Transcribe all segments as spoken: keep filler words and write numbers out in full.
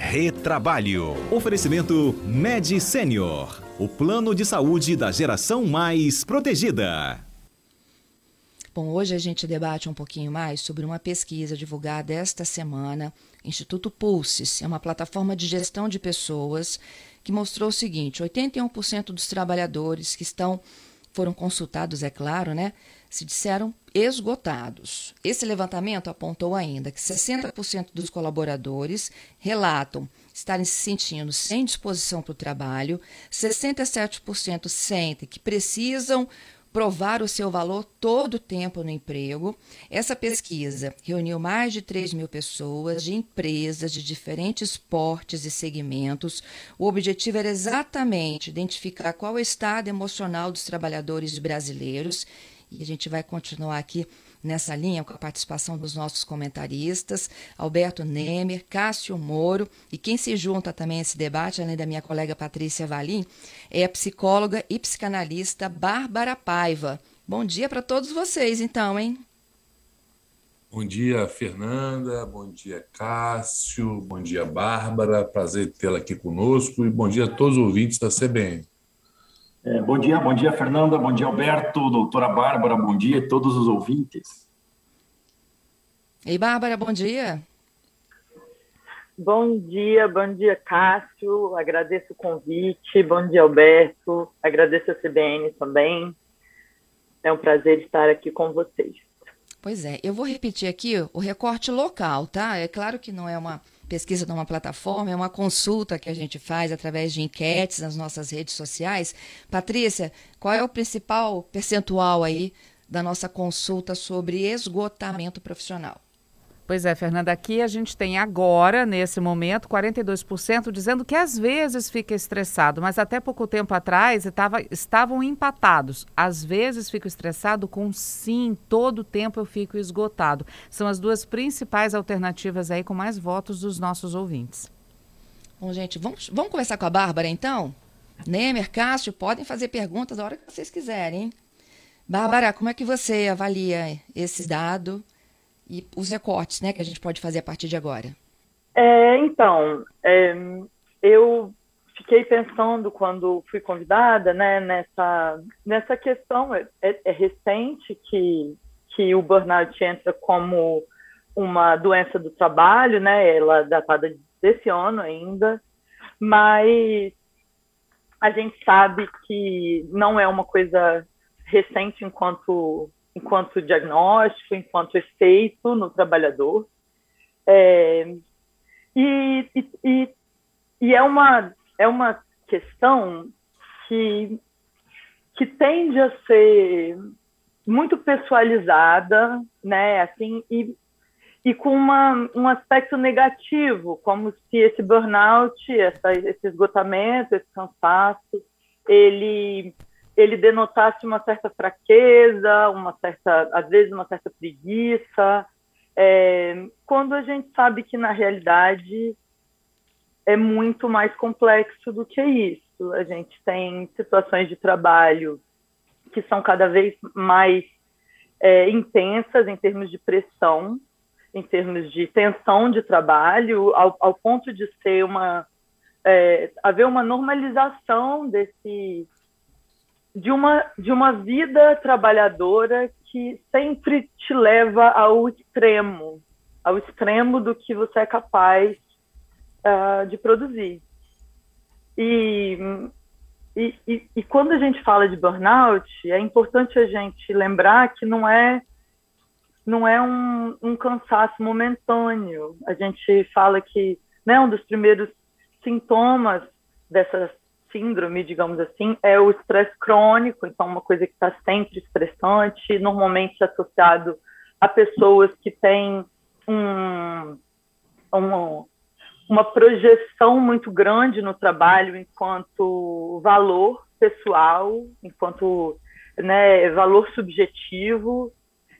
Retrabalho. Oferecimento Med Senior, o plano de saúde da geração mais protegida. Bom, hoje a gente debate um pouquinho mais sobre uma pesquisa divulgada esta semana, Instituto Pulses, é uma plataforma de gestão de pessoas que mostrou o seguinte: oitenta e um por cento dos trabalhadores que estão, foram consultados, é claro, né, se disseram esgotados. Esse levantamento apontou ainda que sessenta por cento dos colaboradores relatam estarem se sentindo sem disposição para o trabalho, sessenta e sete por cento sentem que precisam provar o seu valor todo o tempo no emprego. Essa pesquisa reuniu mais de três mil pessoas de empresas de diferentes portes e segmentos. O objetivo era exatamente identificar qual é o estado emocional dos trabalhadores brasileiros. E a gente vai continuar aqui nessa linha com a participação dos nossos comentaristas, Alberto Nemer, Cássio Moro, e quem se junta também a esse debate, além da minha colega Patrícia Valim, é a psicóloga e psicanalista Bárbara Paiva. Bom dia para todos vocês, então, hein? Bom dia, Fernanda, bom dia, Cássio, bom dia, Bárbara, prazer tê-la aqui conosco e bom dia a todos os ouvintes da C B N. É, bom dia, bom dia, Fernanda, bom dia, Alberto, doutora Bárbara, bom dia a todos os ouvintes. Ei, Bárbara, bom dia. Bom dia, bom dia, Cássio, agradeço o convite, bom dia, Alberto, agradeço a C B N também, é um prazer estar aqui com vocês. Pois é, eu vou repetir aqui o recorte local, tá? É claro que não é uma pesquisa de uma plataforma, é uma consulta que a gente faz através de enquetes nas nossas redes sociais. Patrícia, qual é o principal percentual aí da nossa consulta sobre esgotamento profissional? Pois é, Fernanda, aqui a gente tem agora, nesse momento, quarenta e dois por cento dizendo que às vezes fica estressado, mas até pouco tempo atrás estava, estavam empatados. Às vezes fico estressado com sim, todo o tempo eu fico esgotado. São as duas principais alternativas aí com mais votos dos nossos ouvintes. Bom, gente, vamos, vamos conversar com a Bárbara, então? Nemer, Cássio, podem fazer perguntas a hora que vocês quiserem, hein? Bárbara, como é que você avalia esse dado e os recortes, né, que a gente pode fazer a partir de agora? É, então, é, eu fiquei pensando quando fui convidada, né, nessa, nessa questão. É, é recente que, que o burnout entra como uma doença do trabalho, né, ela é datada desse ano ainda, mas a gente sabe que não é uma coisa recente enquanto enquanto diagnóstico, enquanto efeito no trabalhador. É, e, e, e é, uma, é uma questão que, que tende a ser muito pessoalizada, né, assim, e, e com uma, um aspecto negativo, como se esse burnout, essa, esse esgotamento, esse cansaço, ele... ele denotasse uma certa fraqueza, uma certa, às vezes uma certa preguiça, é, quando a gente sabe que, na realidade, é muito mais complexo do que isso. A gente tem situações de trabalho que são cada vez mais é, intensas em termos de pressão, em termos de tensão de trabalho, ao, ao ponto de ser uma, é, haver uma normalização desse... De uma, de uma vida trabalhadora que sempre te leva ao extremo, ao extremo do que você é capaz uh, de produzir. E, e, e, e quando a gente fala de burnout, é importante a gente lembrar que não é, não é um, um cansaço momentâneo. A gente fala que, né, um dos primeiros sintomas dessas síndrome, digamos assim, é o estresse crônico, então uma coisa que está sempre estressante, normalmente associado a pessoas que têm um, um, uma projeção muito grande no trabalho enquanto valor pessoal, enquanto, né, valor subjetivo,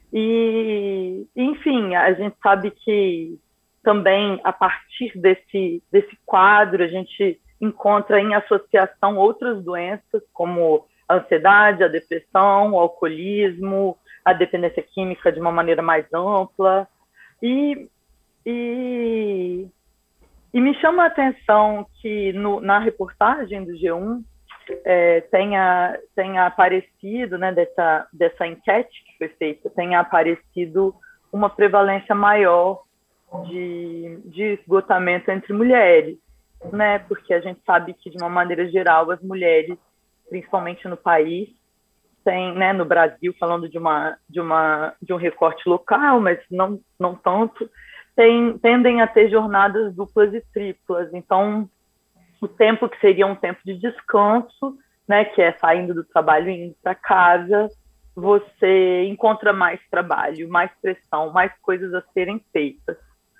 e, enfim, a gente sabe que também, a partir desse, desse quadro, a gente encontra em associação outras doenças, como a ansiedade, a depressão, o alcoolismo, a dependência química de uma maneira mais ampla. E, e, e me chama a atenção que no, na reportagem do G um é, tenha, tenha aparecido, né, dessa, dessa enquete que foi feita, tenha aparecido uma prevalência maior de, de esgotamento entre mulheres, né, porque a gente sabe que, de uma maneira geral, as mulheres, principalmente no país, tem, né, no Brasil, falando de, uma, de, uma, de um recorte local, mas não, não tanto, tem, tendem a ter jornadas duplas e triplas. Então, o tempo que seria um tempo de descanso, né, que é saindo do trabalho e indo para casa, você encontra mais trabalho, mais pressão, mais coisas a serem feitas.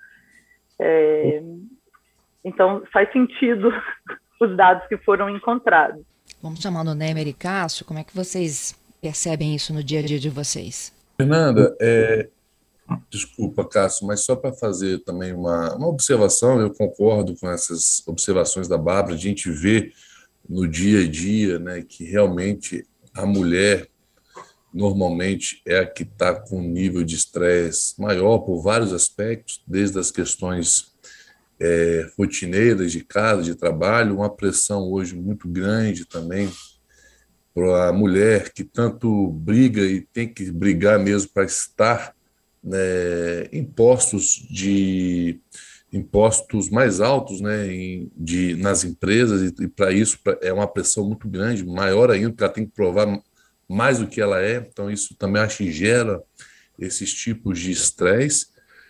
É, então, faz sentido os dados que foram encontrados. Vamos chamando o Nemer e Cássio, como é que vocês percebem isso no dia a dia de vocês? Fernanda, é, desculpa, Cássio, mas só para fazer também uma, uma observação, eu concordo com essas observações da Bárbara, a gente vê no dia a dia, né, que realmente a mulher normalmente é a que está com um nível de estresse maior por vários aspectos, desde as questões é, rotineiras de casa, de trabalho, uma pressão hoje muito grande também para a mulher que tanto briga e tem que brigar mesmo para estar, né, em postos de impostos mais altos, né, em, de, nas empresas, e, e para isso pra, é uma pressão muito grande, maior ainda, porque ela tem que provar mais do que ela é, então isso também acho que gera esses tipos de estresse,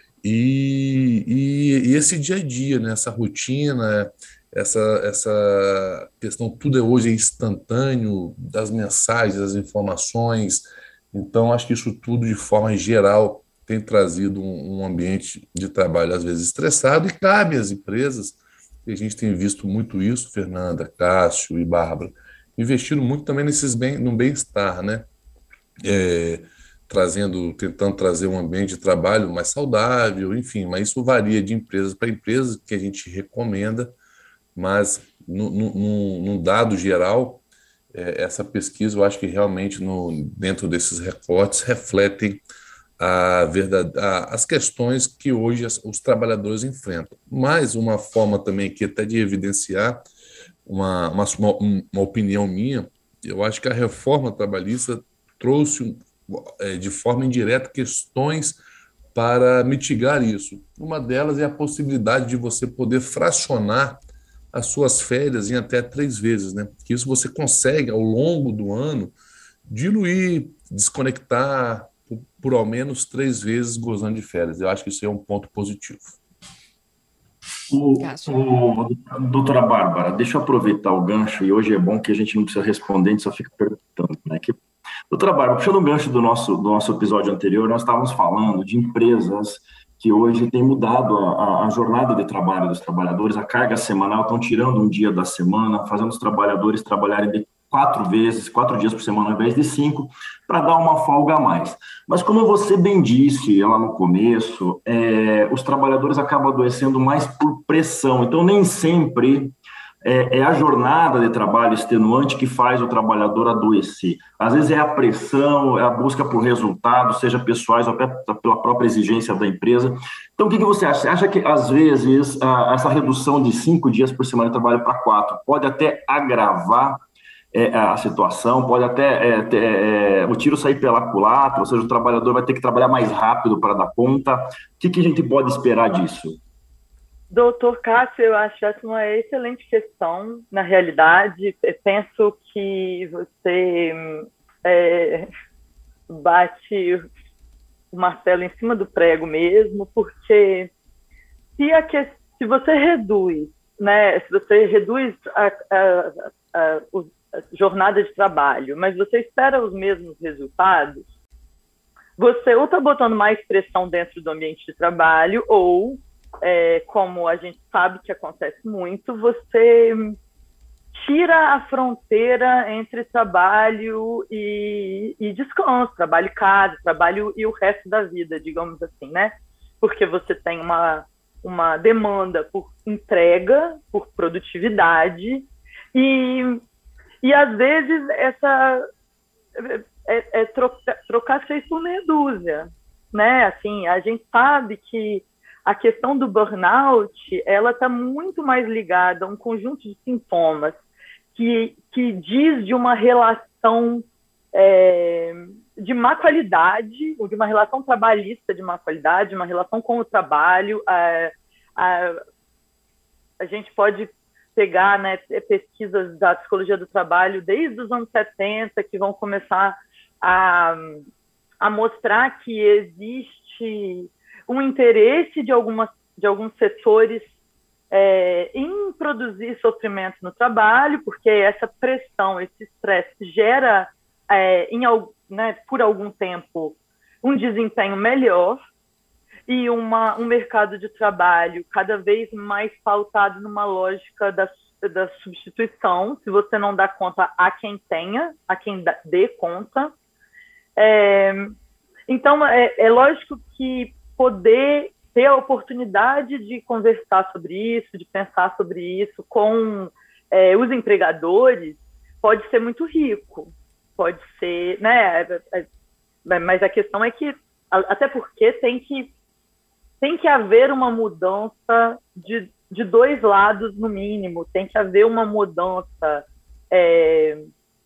e, e, e esse dia a dia, né, essa rotina, essa, essa questão, tudo é hoje é instantâneo, das mensagens, das informações, então acho que isso tudo, de forma geral, tem trazido um, um ambiente de trabalho, às vezes, estressado, e cabe às empresas, e a gente tem visto muito isso, Fernanda, Cássio e Bárbara, investindo muito também nesses bem, no bem-estar, né? É, trazendo, tentando trazer um ambiente de trabalho mais saudável, enfim, mas isso varia de empresa para empresa, que a gente recomenda, mas no, no, num dado geral, é, essa pesquisa, eu acho que realmente no, dentro desses recortes refletem a verdade, a, as questões que hoje as, os trabalhadores enfrentam. Mas uma forma também aqui até de evidenciar uma, uma, uma opinião minha, eu acho que a reforma trabalhista trouxe é, de forma indireta questões para mitigar isso. Uma delas é a possibilidade de você poder fracionar as suas férias em até três vezes, né? Que isso você consegue, ao longo do ano, diluir, desconectar por, por ao menos três vezes gozando de férias. Eu acho que isso é um ponto positivo. O, o, doutora Bárbara, deixa eu aproveitar o gancho, e hoje é bom que a gente não precisa responder, a gente só fica perguntando, né? Que, doutora Bárbara, puxando o gancho do nosso, do nosso episódio anterior, nós estávamos falando de empresas que hoje têm mudado a, a jornada de trabalho dos trabalhadores, a carga semanal, estão tirando um dia da semana, fazendo os trabalhadores trabalharem de quatro vezes, quatro dias por semana ao invés de cinco, para dar uma folga a mais. Mas como você bem disse lá no começo, é, os trabalhadores acabam adoecendo mais por pressão, então nem sempre é, é a jornada de trabalho extenuante que faz o trabalhador adoecer. Às vezes é a pressão, é a busca por resultados, seja pessoais ou até pela própria exigência da empresa. Então, o que, que você acha? Você acha que, às vezes, a, essa redução de cinco dias por semana de trabalho para quatro pode até agravar É, a situação, pode até é, ter, é, o tiro sair pela culatra, ou seja, o trabalhador vai ter que trabalhar mais rápido para dar conta. O que, que a gente pode esperar disso? Doutor Cássio, eu acho essa uma excelente questão. Na realidade, eu penso que você é, bate o martelo em cima do prego mesmo, porque se, a que, se você reduz, né, se você reduz a, a, a, os jornada de trabalho, mas você espera os mesmos resultados, você ou está botando mais pressão dentro do ambiente de trabalho, ou, é, como a gente sabe que acontece muito, você tira a fronteira entre trabalho e, e descanso, trabalho e casa, trabalho e o resto da vida, digamos assim, né? Porque você tem uma, uma demanda por entrega, por produtividade, e E, às vezes, essa, é, é troca, trocar seis por meia dúzia, né? Assim, a gente sabe que a questão do burnout, ela está muito mais ligada a um conjunto de sintomas que, que diz de uma relação é, de má qualidade, ou de uma relação trabalhista de má qualidade, uma relação com o trabalho. A, a, a gente pode pegar, né, pesquisas da psicologia do trabalho desde os anos setenta, que vão começar a, a mostrar que existe um interesse de, algumas, de alguns setores é, em produzir sofrimento no trabalho, porque essa pressão, esse estresse gera, é, em, né, por algum tempo, um desempenho melhor e uma, um mercado de trabalho cada vez mais pautado numa lógica da, da substituição. Se você não dá conta, há quem tenha, há quem dê conta. É, então, é, é lógico que poder ter a oportunidade de conversar sobre isso, de pensar sobre isso com é, os empregadores, pode ser muito rico, pode ser, né? Mas a questão é que, até porque tem que, tem que haver uma mudança de, de dois lados, no mínimo, tem que haver uma mudança é,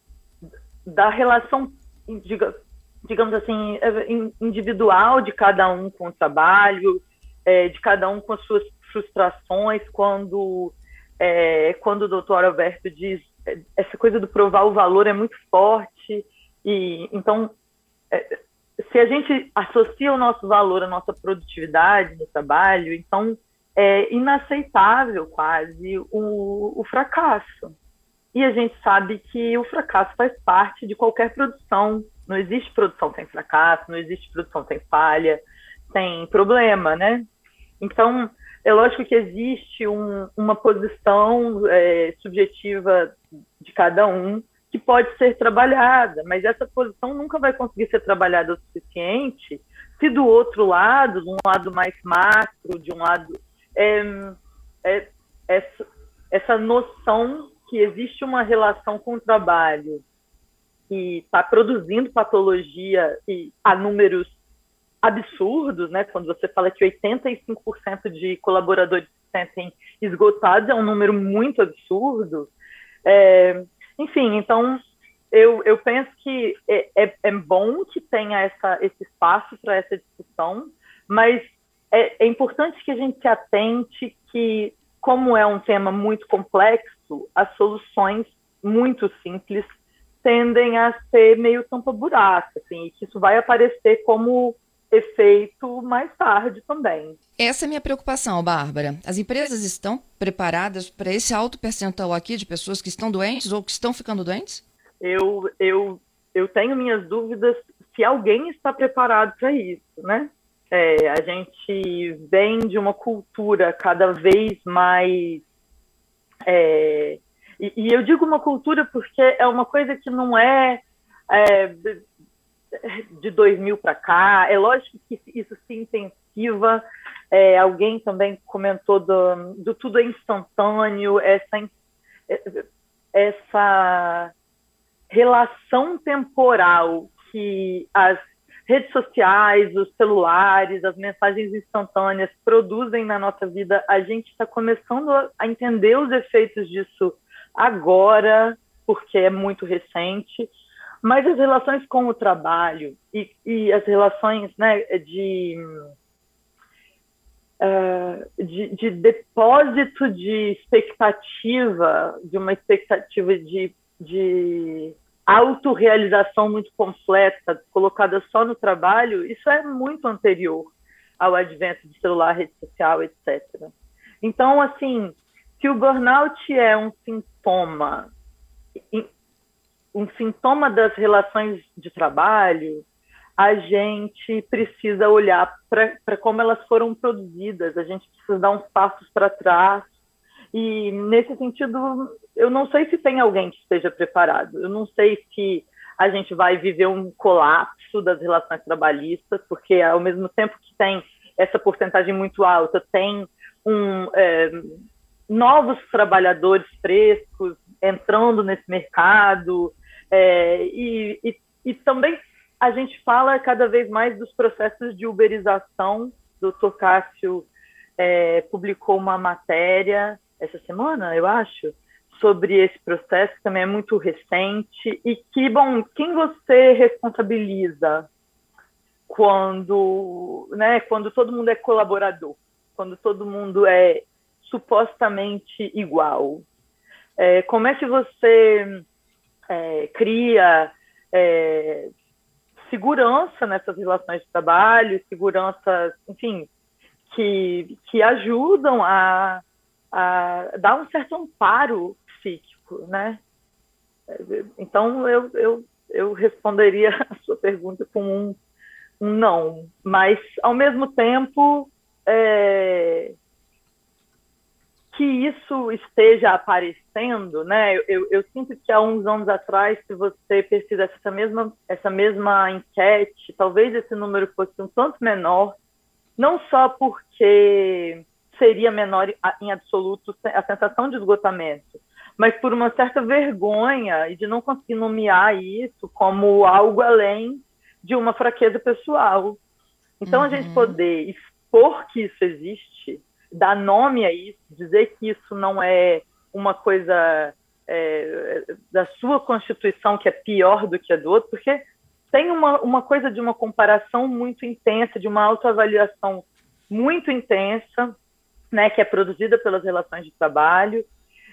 da relação, digamos assim, individual de cada um com o trabalho, é, de cada um com as suas frustrações, quando, é, quando o doutor Alberto diz essa coisa do provar o valor é muito forte, e então, é, se a gente associa o nosso valor à nossa produtividade no trabalho, então é inaceitável quase o, o fracasso. E a gente sabe que o fracasso faz parte de qualquer produção. Não existe produção sem fracasso, não existe produção sem falha, sem problema, né? Então, é lógico que existe um, uma posição é, subjetiva de cada um que pode ser trabalhada, mas essa posição nunca vai conseguir ser trabalhada o suficiente se do outro lado, de um lado mais macro, de um lado... É, é, essa, essa noção que existe uma relação com o trabalho que está produzindo patologia e a números absurdos, né? Quando você fala que oitenta e cinco por cento de colaboradores se sentem esgotados, é um número muito absurdo. É, enfim, então, eu, eu penso que é, é, é bom que tenha essa, esse espaço para essa discussão, mas é, é importante que a gente se atente que, como é um tema muito complexo, as soluções muito simples tendem a ser meio tampa-buraco, assim, e que isso vai aparecer como efeito mais tarde também. Essa é a minha preocupação, Bárbara. As empresas estão preparadas para esse alto percentual aqui de pessoas que estão doentes ou que estão ficando doentes? Eu, eu, eu tenho minhas dúvidas se alguém está preparado para isso, né? É, a gente vem de uma cultura cada vez mais... É, e, e eu digo uma cultura porque é uma coisa que não é... é de dois mil para cá, é lógico que isso se intensiva, é, alguém também comentou do, do tudo é instantâneo, essa, essa relação temporal que as redes sociais, os celulares, as mensagens instantâneas produzem na nossa vida, a gente está começando a entender os efeitos disso agora, porque é muito recente. Mas as relações com o trabalho e, e as relações, né, de, uh, de, de depósito de expectativa, de uma expectativa de, de autorrealização muito completa, colocada só no trabalho, isso é muito anterior ao advento do celular, rede social, etcétera. Então, assim, se o burnout é um sintoma... um sintoma das relações de trabalho, a gente precisa olhar para como elas foram produzidas, a gente precisa dar uns passos para trás, e nesse sentido, eu não sei se tem alguém que esteja preparado, eu não sei se a gente vai viver um colapso das relações trabalhistas, porque ao mesmo tempo que tem essa porcentagem muito alta, tem um, é, novos trabalhadores frescos entrando nesse mercado, É, e, e, e também a gente fala cada vez mais dos processos de uberização. O doutor Cássio é, publicou uma matéria essa semana, eu acho, sobre esse processo, que também é muito recente, e que, bom, quem você responsabiliza quando, né, quando todo mundo é colaborador, quando todo mundo é supostamente igual? É, como é que você é, cria é, segurança nessas relações de trabalho, segurança, enfim, que, que ajudam a, a dar um certo amparo psíquico, né? Então, eu, eu, eu responderia a sua pergunta com um, um não, mas, ao mesmo tempo, é, que isso esteja aparecendo, né? Eu, eu, eu sinto que há uns anos atrás, se você pesquisasse essa mesma, essa mesma enquete, talvez esse número fosse um tanto menor, não só porque seria menor em absoluto a sensação de esgotamento, mas por uma certa vergonha e de não conseguir nomear isso como algo além de uma fraqueza pessoal. Então, uhum. a gente poder expor que isso existe, dar nome a isso, dizer que isso não é uma coisa é, da sua constituição que é pior do que a do outro, porque tem uma, uma coisa de uma comparação muito intensa, de uma autoavaliação muito intensa, né, que é produzida pelas relações de trabalho,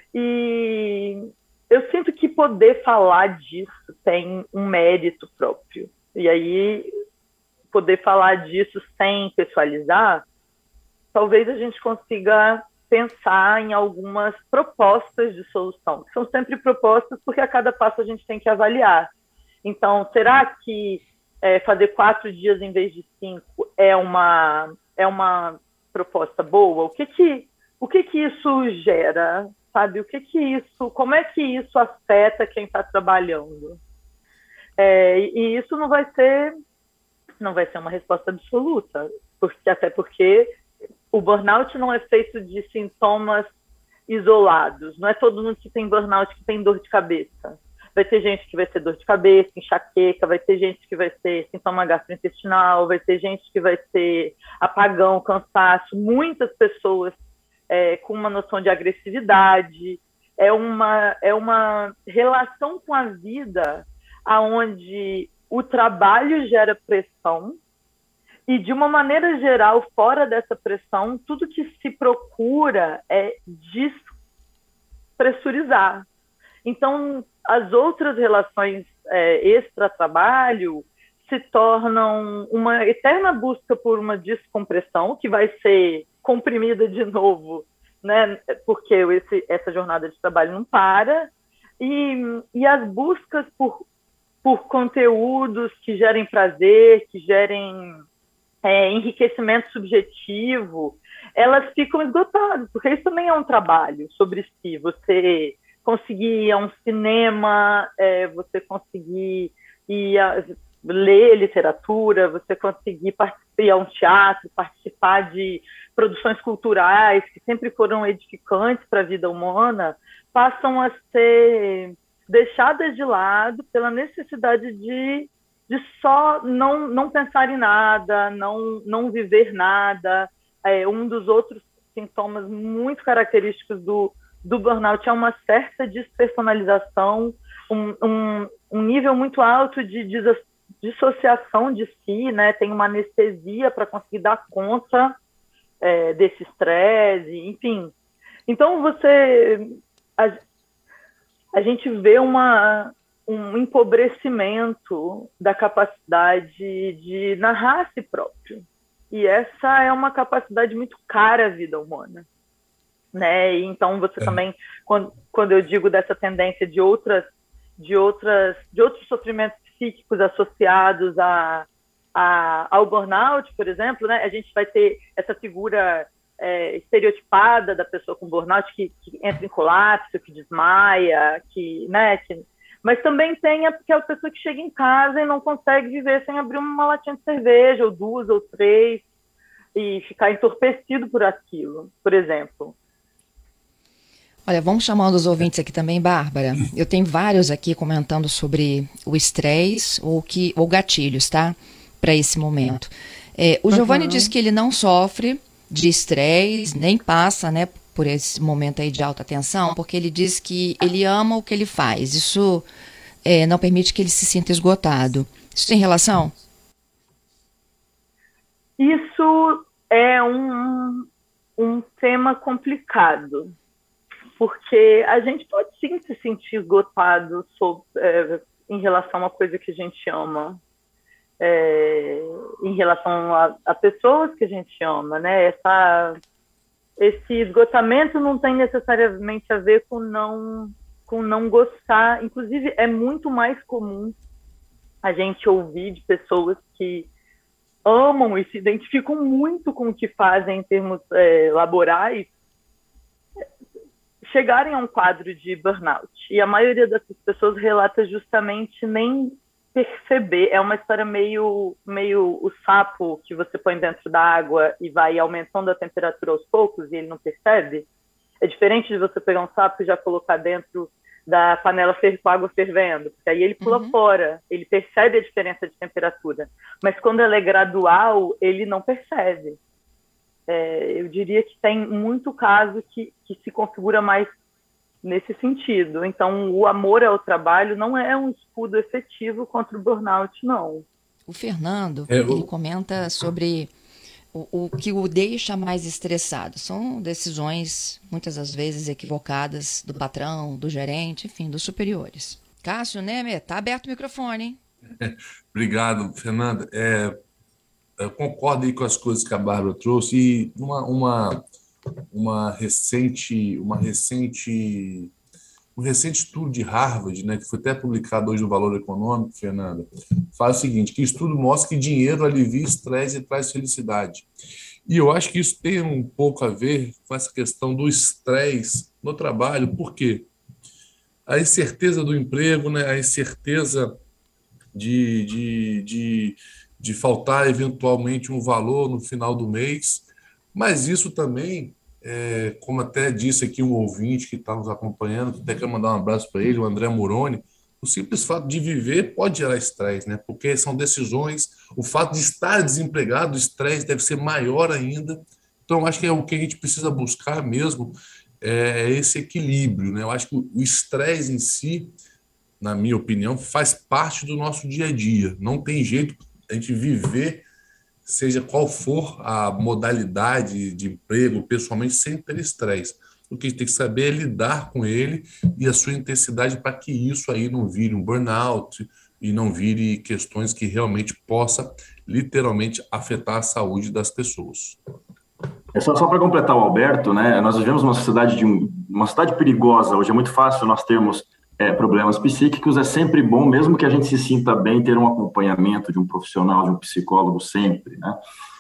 e eu sinto que poder falar disso tem um mérito próprio, e aí poder falar disso sem pessoalizar, talvez a gente consiga pensar em algumas propostas de solução, que são sempre propostas porque a cada passo a gente tem que avaliar. Então, será que é, fazer quatro dias em vez de cinco é uma, é uma proposta boa? O que que, o que que isso gera? Sabe? O que que isso, como é que isso afeta quem está trabalhando? É, e isso não vai ser, não vai ser uma resposta absoluta, porque, até porque o burnout não é feito de sintomas isolados. Não é todo mundo que tem burnout que tem dor de cabeça. Vai ter gente que vai ter dor de cabeça, enxaqueca, vai ter gente que vai ter sintoma gastrointestinal, vai ter gente que vai ter apagão, cansaço. Muitas pessoas é, com uma noção de agressividade. É uma, é uma relação com a vida onde o trabalho gera pressão, e, de uma maneira geral, fora dessa pressão, tudo que se procura é despressurizar. Então, as outras relações é, extra-trabalho se tornam uma eterna busca por uma descompressão, que vai ser comprimida de novo, né? Porque esse, essa jornada de trabalho não para, e, e as buscas por, por conteúdos que gerem prazer, que gerem É, enriquecimento subjetivo, elas ficam esgotadas, porque isso também é um trabalho sobre si. Você conseguir ir a um cinema, é, você conseguir ir a, ler literatura, você conseguir participar, ir a um teatro, participar de produções culturais que sempre foram edificantes para a vida humana, passam a ser deixadas de lado pela necessidade de de só não, não pensar em nada, não, não viver nada. É, um dos outros sintomas muito característicos do, do burnout é uma certa despersonalização, um, um, um nível muito alto de dissociação de si, né? Tem uma anestesia para conseguir dar conta é, desse estresse, enfim. Então, você... A, a gente vê uma... um empobrecimento da capacidade de narrar a si próprio. E essa é uma capacidade muito cara à vida humana, né? E então você é. também, quando, quando eu digo dessa tendência de outras, de outras, de outros sofrimentos psíquicos associados a, a, ao burnout, por exemplo, né? A gente vai ter essa figura é, estereotipada da pessoa com burnout que, que entra em colapso, que desmaia, que, né? Que, mas também tem aquela pessoa que chega em casa e não consegue viver sem abrir uma latinha de cerveja, ou duas, ou três, e ficar entorpecido por aquilo, por exemplo. Olha, vamos chamando os ouvintes aqui também, Bárbara. Eu tenho vários aqui comentando sobre o estresse ou, que, ou gatilhos, tá? Para esse momento. É, o Giovanni uhum. diz que ele não sofre de estresse, nem passa, né, por esse momento aí de alta tensão, porque ele diz que ele ama o que ele faz. Isso é, não permite que ele se sinta esgotado. Isso tem relação? Isso é um, um tema complicado, porque a gente pode sim se sentir esgotado sobre, é, em relação a uma coisa que a gente ama. É, em relação a, a pessoas que a gente ama, né? Essa, esse esgotamento não tem necessariamente a ver com não, com não gostar. Inclusive, é muito mais comum a gente ouvir de pessoas que amam e se identificam muito com o que fazem em termos é, laborais chegarem a um quadro de burnout. E a maioria dessas pessoas relata justamente nem perceber. É uma história meio, meio o sapo que você põe dentro da água e vai aumentando a temperatura aos poucos e ele não percebe. É diferente de você pegar um sapo e já colocar dentro da panela com água fervendo, porque aí ele pula uhum. fora, ele percebe a diferença de temperatura. Mas quando ela é gradual, ele não percebe. É, eu diria que tem muito caso que, que se configura mais nesse sentido. Então, o amor ao trabalho não é um escudo efetivo contra o burnout, não. O Fernando, é, eu... ele comenta sobre o, o que o deixa mais estressado. São decisões, muitas das vezes, equivocadas do patrão, do gerente, enfim, dos superiores. Cássio Nemer, tá aberto o microfone, hein? Obrigado, Fernanda. É, eu concordo aí com as coisas que a Bárbara trouxe e uma... uma... uma recente, uma recente, um recente estudo de Harvard, né, que foi até publicado hoje no Valor Econômico, Fernanda, fala o seguinte, que estudo mostra que dinheiro alivia estresse e traz felicidade. E eu acho que isso tem um pouco a ver com essa questão do estresse no trabalho. Por quê? A incerteza do emprego, né, a incerteza de, de, de, de faltar eventualmente um valor no final do mês. Mas isso também, é, como até disse aqui um ouvinte que está nos acompanhando, que até quero mandar um abraço para ele, o André Moroni, o simples fato de viver pode gerar estresse, né? Porque são decisões, o fato de estar desempregado, o estresse deve ser maior ainda. Então, eu acho que é o que a gente precisa buscar mesmo, é esse equilíbrio, né? Eu acho que o estresse em si, na minha opinião, faz parte do nosso dia a dia. Não tem jeito a gente viver, seja qual for a modalidade de emprego, pessoalmente, sem ter estresse. O que a gente tem que saber é lidar com ele e a sua intensidade para que isso aí não vire um burnout e não vire questões que realmente possa, literalmente, afetar a saúde das pessoas. É só, só para completar o Alberto, né? Nós vivemos uma sociedade de um, uma sociedade perigosa. Hoje é muito fácil nós termos é, problemas psíquicos. É sempre bom, mesmo que a gente se sinta bem, ter um acompanhamento de um profissional, de um psicólogo sempre, né?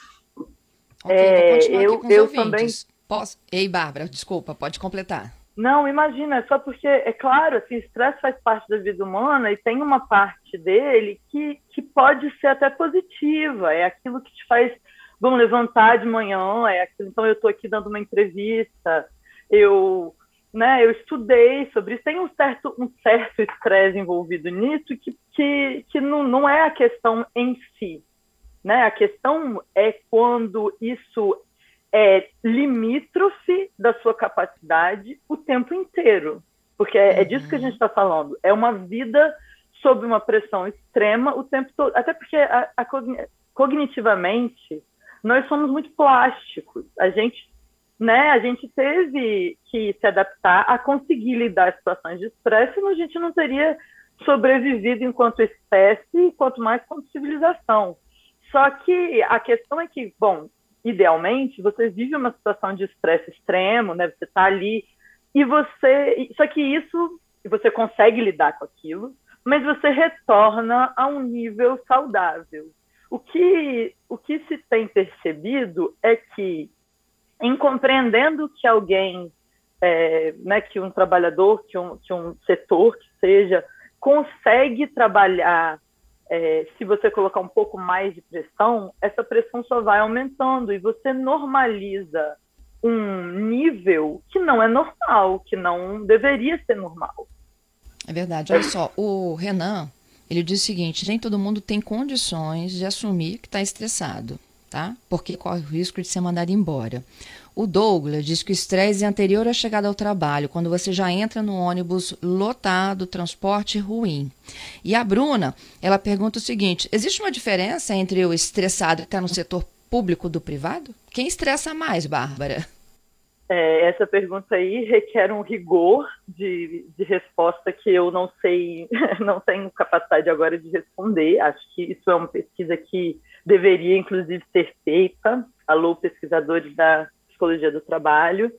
Ok, é, vou continuar eu, aqui com os eu ouvintes. também. Posso? Ei, Bárbara, desculpa, pode completar. Não, imagina, é só porque, é claro, assim, o estresse faz parte da vida humana e tem uma parte dele que, que pode ser até positiva, é aquilo que te faz, vamos levantar de manhã, é aquilo, então eu estou aqui dando uma entrevista, eu, né, eu estudei sobre isso, tem um certo, um certo estresse envolvido nisso que, que, que não, não é a questão em si, né, a questão é quando isso é limítrofe da sua capacidade o tempo inteiro, porque é, é disso que a gente está falando, é uma vida sob uma pressão extrema o tempo todo, até porque a, a cognitivamente nós somos muito plásticos, a gente, né, a gente teve que se adaptar a conseguir lidar com situações de estresse, senão a gente não teria sobrevivido enquanto espécie, quanto mais como civilização. Só que a questão é que, bom, idealmente, você vive uma situação de estresse extremo, né? Você está ali e você... Só que isso, você consegue lidar com aquilo, mas você retorna a um nível saudável. O que, o que se tem percebido é que, em compreendendo que alguém, é, né, que um trabalhador, que um, que um setor que seja, consegue trabalhar, É, se você colocar um pouco mais de pressão, essa pressão só vai aumentando e você normaliza um nível que não é normal, que não deveria ser normal. É verdade. Olha só, o Renan, ele diz o seguinte, nem todo mundo tem condições de assumir que está estressado. tá? Porque corre o risco de ser mandado embora. O Douglas diz que o estresse é anterior à chegada ao trabalho, quando você já entra no ônibus lotado, transporte ruim. E a Bruna, ela pergunta o seguinte, existe uma diferença entre o estressado que está no setor público do privado? Quem estressa mais, Bárbara? É, essa pergunta aí requer um rigor de, de resposta que eu não sei, não tenho capacidade agora de responder. Acho que isso é uma pesquisa que deveria, inclusive, ser feita. Alô, pesquisadores da psicologia do trabalho,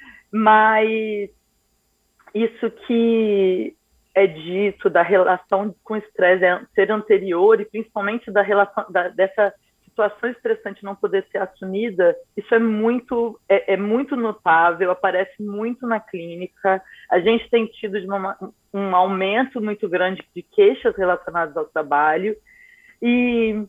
mas isso que é dito da relação com o estresse ser anterior e principalmente da relação da, dessa situação estressante não poder ser assumida, isso é muito é, é muito notável, aparece muito na clínica. A gente tem tido uma, um aumento muito grande de queixas relacionadas ao trabalho e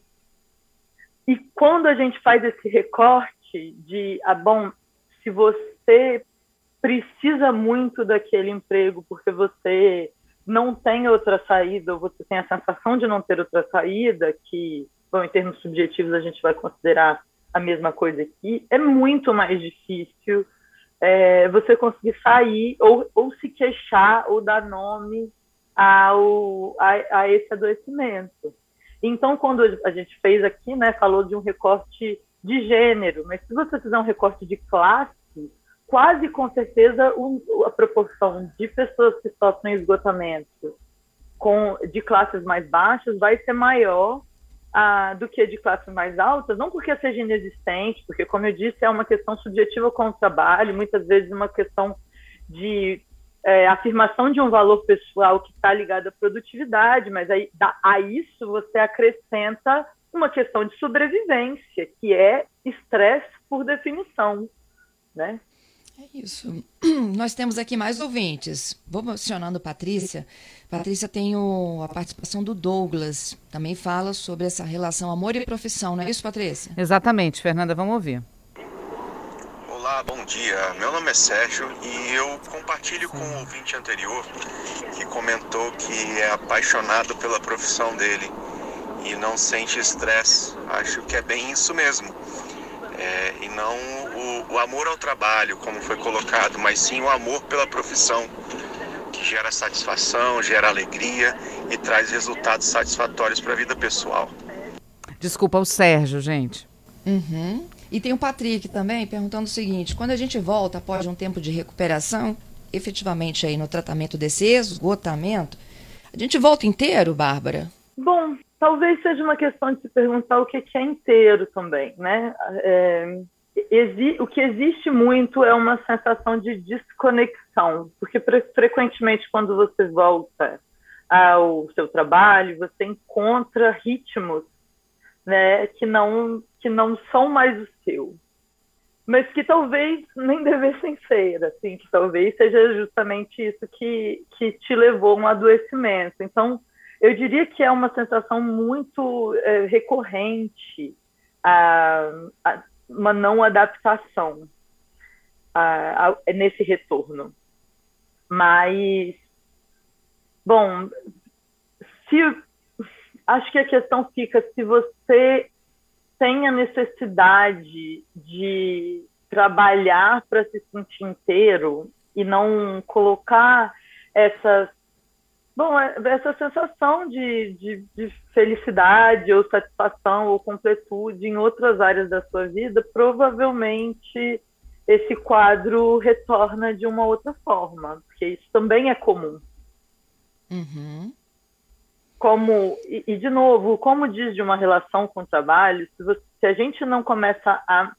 e quando a gente faz esse recorte de, ah, bom, se você precisa muito daquele emprego porque você não tem outra saída, ou você tem a sensação de não ter outra saída, que, bom, em termos subjetivos a gente vai considerar a mesma coisa aqui, é muito mais difícil é, você conseguir sair ou, ou se queixar ou dar nome ao, a, a esse adoecimento. Então, quando a gente fez aqui, né, falou de um recorte de gênero, mas se você fizer um recorte de classe, quase com certeza um, a proporção de pessoas que sofrem esgotamento com, de classes mais baixas vai ser maior ah, do que de classes mais altas, não porque seja inexistente, porque, como eu disse, é uma questão subjetiva com o trabalho, muitas vezes uma questão de é, afirmação de um valor pessoal que está ligado à produtividade, mas aí, a, a isso você acrescenta uma questão de sobrevivência, que é estresse por definição, né? É isso. Nós temos aqui mais ouvintes. Vou mencionando Patrícia. Patrícia tem o, a participação do Douglas. Também fala sobre essa relação amor e profissão, não é isso, Patrícia? Exatamente, Fernanda, vamos ouvir. Olá, bom dia. Meu nome é Sérgio e eu compartilho com o ouvinte anterior que comentou que é apaixonado pela profissão dele e não sente estresse. Acho que é bem isso mesmo. É, e não o, o amor ao trabalho, como foi colocado, mas sim o amor pela profissão, que gera satisfação, gera alegria e traz resultados satisfatórios para a vida pessoal. Desculpa, o Sérgio, gente. Uhum. E tem o Patrick também perguntando o seguinte, quando a gente volta após um tempo de recuperação, efetivamente aí no tratamento desse esgotamento, a gente volta inteiro, Bárbara? Bom, talvez seja uma questão de se perguntar o que é inteiro também, né? É, exi- o que existe muito é uma sensação de desconexão, porque pre- frequentemente quando você volta ao seu trabalho, você encontra ritmos, né, que não, que não são mais o seu, mas que talvez nem devessem ser, assim, que talvez seja justamente isso que, que te levou a um adoecimento. Então, eu diria que é uma sensação muito é, recorrente, a, a uma não adaptação a, a, nesse retorno. Mas, bom, se, acho que a questão fica se você tem a necessidade de trabalhar para se sentir inteiro e não colocar essas Bom, essa sensação de, de, de felicidade ou satisfação ou completude em outras áreas da sua vida, provavelmente esse quadro retorna de uma outra forma, porque isso também é comum. Uhum. Como, e, e, de novo, como diz de uma relação com o trabalho, se, você, se a gente não começa a,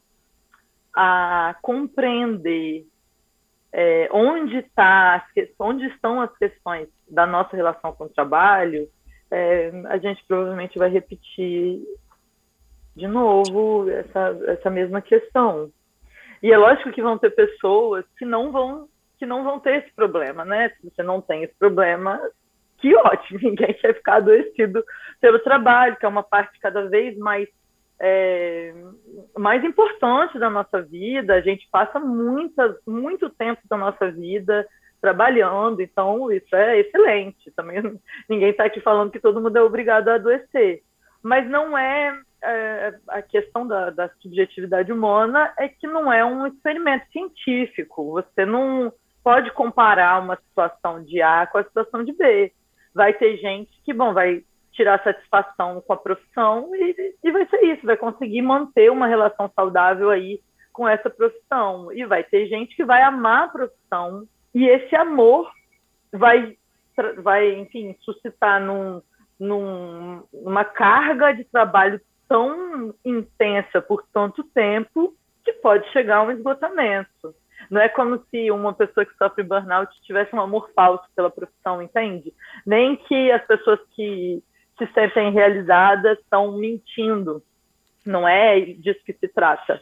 a compreender É, onde, tá, onde estão as questões da nossa relação com o trabalho, é, a gente provavelmente vai repetir de novo essa, essa mesma questão. E é lógico que vão ter pessoas que não vão, que não vão ter esse problema, né? Se você não tem esse problema, que ótimo, ninguém quer ficar adoecido pelo trabalho, que é uma parte cada vez mais É, mais importante da nossa vida. A gente passa muitas, muito tempo da nossa vida trabalhando, então isso é excelente. Também ninguém está aqui falando que todo mundo é obrigado a adoecer, mas não é, é, a questão da, da subjetividade humana é que não é um experimento científico. Você não pode comparar uma situação de A com a situação de B. Vai ter gente que, bom, vai tirar satisfação com a profissão e, e vai ser isso, vai conseguir manter uma relação saudável aí com essa profissão. E vai ter gente que vai amar a profissão e esse amor vai, vai enfim, suscitar num, num, uma carga de trabalho tão intensa por tanto tempo que pode chegar a um esgotamento. Não é como se uma pessoa que sofre burnout tivesse um amor falso pela profissão, entende? Nem que as pessoas que se sentem realizadas estão mentindo. Não é disso que se trata,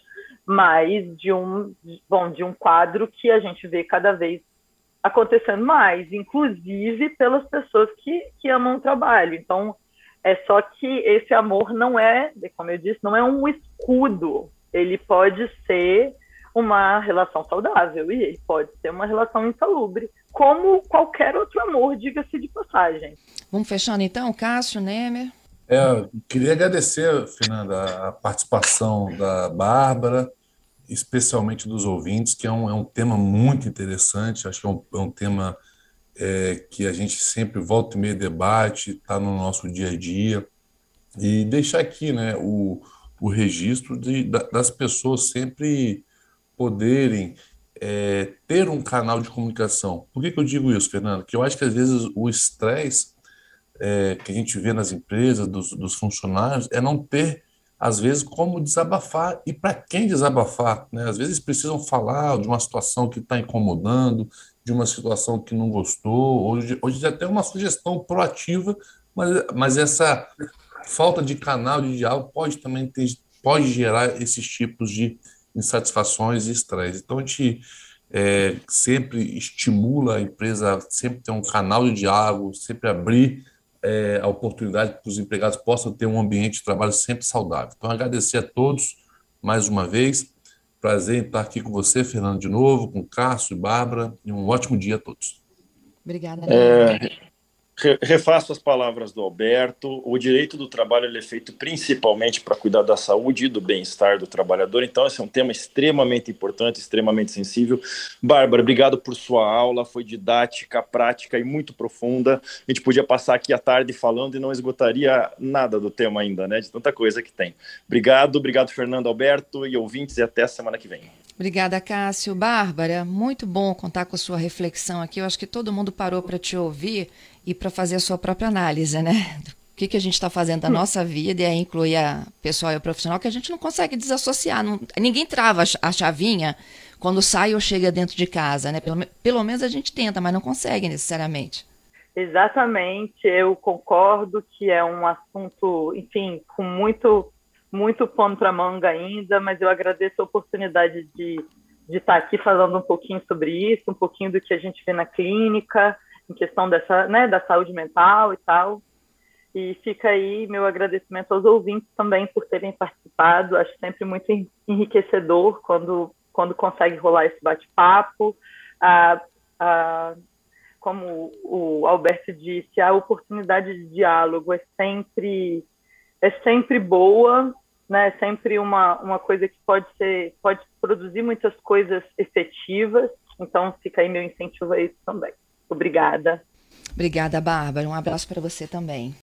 mas de um, bom, de um quadro que a gente vê cada vez acontecendo mais, inclusive pelas pessoas que, que amam o trabalho. Então, é só que esse amor não é, como eu disse, não é um escudo. Ele pode ser uma relação saudável e ele pode ser uma relação insalubre, como qualquer outro amor, diga-se de passagem. Vamos fechando então, Cássio, Nemer? É, queria agradecer, Fernanda, a participação da Bárbara, especialmente dos ouvintes, que é um, é um tema muito interessante, acho que é um, é um tema é, que a gente sempre volta e meia debate, está no nosso dia a dia, e deixar aqui, né, o, o registro de, das pessoas sempre poderem é, ter um canal de comunicação. Por que que eu digo isso, Fernando? Que eu acho que às vezes o estresse é, que a gente vê nas empresas, dos, dos funcionários, é não ter, às vezes, como desabafar e para quem desabafar, né? Às vezes precisam falar de uma situação que está incomodando, de uma situação que não gostou, hoje, hoje até uma sugestão proativa, mas, mas essa falta de canal de diálogo pode também ter, pode gerar esses tipos de insatisfações e estresse. Então, a gente é, sempre estimula a empresa a sempre ter um canal de diálogo, sempre abrir é, a oportunidade para que os empregados possam ter um ambiente de trabalho sempre saudável. Então, agradecer a todos mais uma vez. Prazer em estar aqui com você, Fernando, de novo, com Cássio e Bárbara, e um ótimo dia a todos. Obrigada. É... Refaço as palavras do Alberto. O direito do trabalho ele é feito principalmente para cuidar da saúde e do bem-estar do trabalhador. Então, esse é um tema extremamente importante, extremamente sensível. Bárbara, obrigado por sua aula. Foi didática, prática e muito profunda. A gente podia passar aqui a tarde falando e não esgotaria nada do tema ainda, né? De tanta coisa que tem. Obrigado, obrigado, Fernando, Alberto e ouvintes, e até a semana que vem. Obrigada, Cássio. Bárbara, muito bom contar com a sua reflexão aqui. Eu acho que todo mundo parou para te ouvir e para fazer a sua própria análise, né? Do que, que a gente está fazendo da nossa vida, e aí incluir a pessoal e o profissional, que a gente não consegue desassociar. Não, ninguém trava a chavinha quando sai ou chega dentro de casa, né? Pelo, pelo menos a gente tenta, mas não consegue necessariamente. Exatamente. Eu concordo que é um assunto, enfim, com muito... muito pano para manga ainda, mas eu agradeço a oportunidade de, de estar aqui falando um pouquinho sobre isso, um pouquinho do que a gente vê na clínica, em questão dessa, né, da saúde mental e tal. E fica aí meu agradecimento aos ouvintes também por terem participado. Acho sempre muito enriquecedor quando, quando consegue rolar esse bate-papo. Ah, ah, como o Alberto disse, a oportunidade de diálogo é sempre, é sempre boa, né? É sempre uma, uma coisa que pode ser, pode produzir muitas coisas efetivas. Então fica aí meu incentivo a isso também. Obrigada. Obrigada, Bárbara. Um abraço para você também.